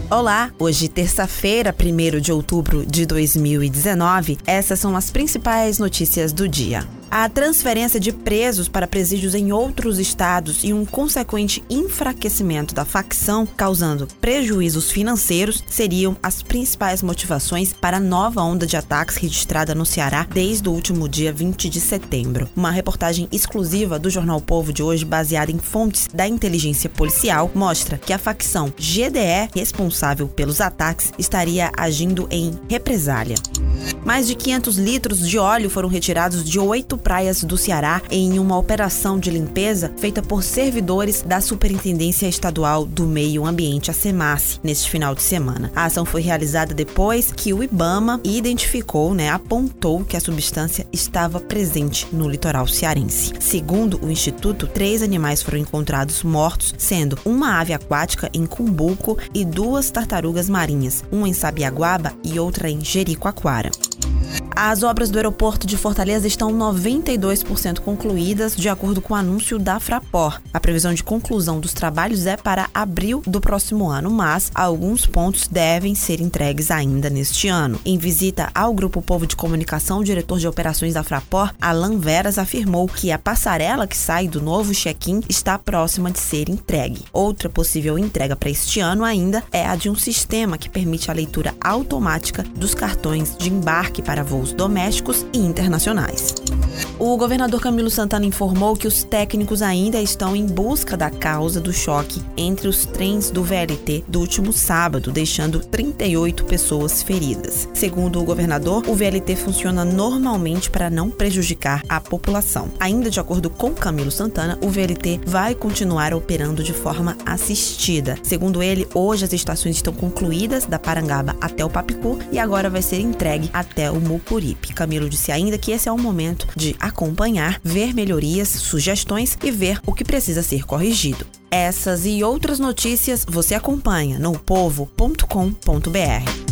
Olá, hoje terça-feira, 1º de outubro de 2019, essas são as principais notícias do dia. A transferência de presos para presídios em outros estados e um consequente enfraquecimento da facção, causando prejuízos financeiros, seriam as principais motivações para a nova onda de ataques registrada no Ceará desde o último dia 20 de setembro. Uma reportagem exclusiva do Jornal O Povo de hoje, baseada em fontes da inteligência policial, mostra que a facção GDE, responsável pelos ataques, estaria agindo em represália. Mais de 500 litros de óleo foram retirados de 8 praias do Ceará em uma operação de limpeza feita por servidores da Superintendência Estadual do Meio Ambiente, a SEMASSE, neste final de semana. A ação foi realizada depois que o IBAMA apontou que a substância estava presente no litoral cearense. Segundo o Instituto, 3 animais foram encontrados mortos, sendo uma ave aquática em Cumbuco e 2 tartarugas marinhas, uma em Sabiaguaba e outra em Jericoacoara. As obras do aeroporto de Fortaleza estão 92% concluídas, de acordo com o anúncio da Fraport. A previsão de conclusão dos trabalhos é para abril do próximo ano, mas alguns pontos devem ser entregues ainda neste ano. Em visita ao Grupo Povo de Comunicação, o diretor de operações da Fraport, Alan Veras, afirmou que a passarela que sai do novo check-in está próxima de ser entregue. Outra possível entrega para este ano ainda é a de um sistema que permite a leitura automática dos cartões de embarque para voos domésticos e internacionais. O governador Camilo Santana informou que os técnicos ainda estão em busca da causa do choque entre os trens do VLT do último sábado, deixando 38 pessoas feridas. Segundo o governador, o VLT funciona normalmente para não prejudicar a população. Ainda de acordo com Camilo Santana, o VLT vai continuar operando de forma assistida. Segundo ele, hoje as estações estão concluídas da Parangaba até o Papicu e agora vai ser entregue até o Mucuripe. Camilo disse ainda que esse é o momento de acompanhar, ver melhorias, sugestões e ver o que precisa ser corrigido. Essas e outras notícias você acompanha no povo.com.br.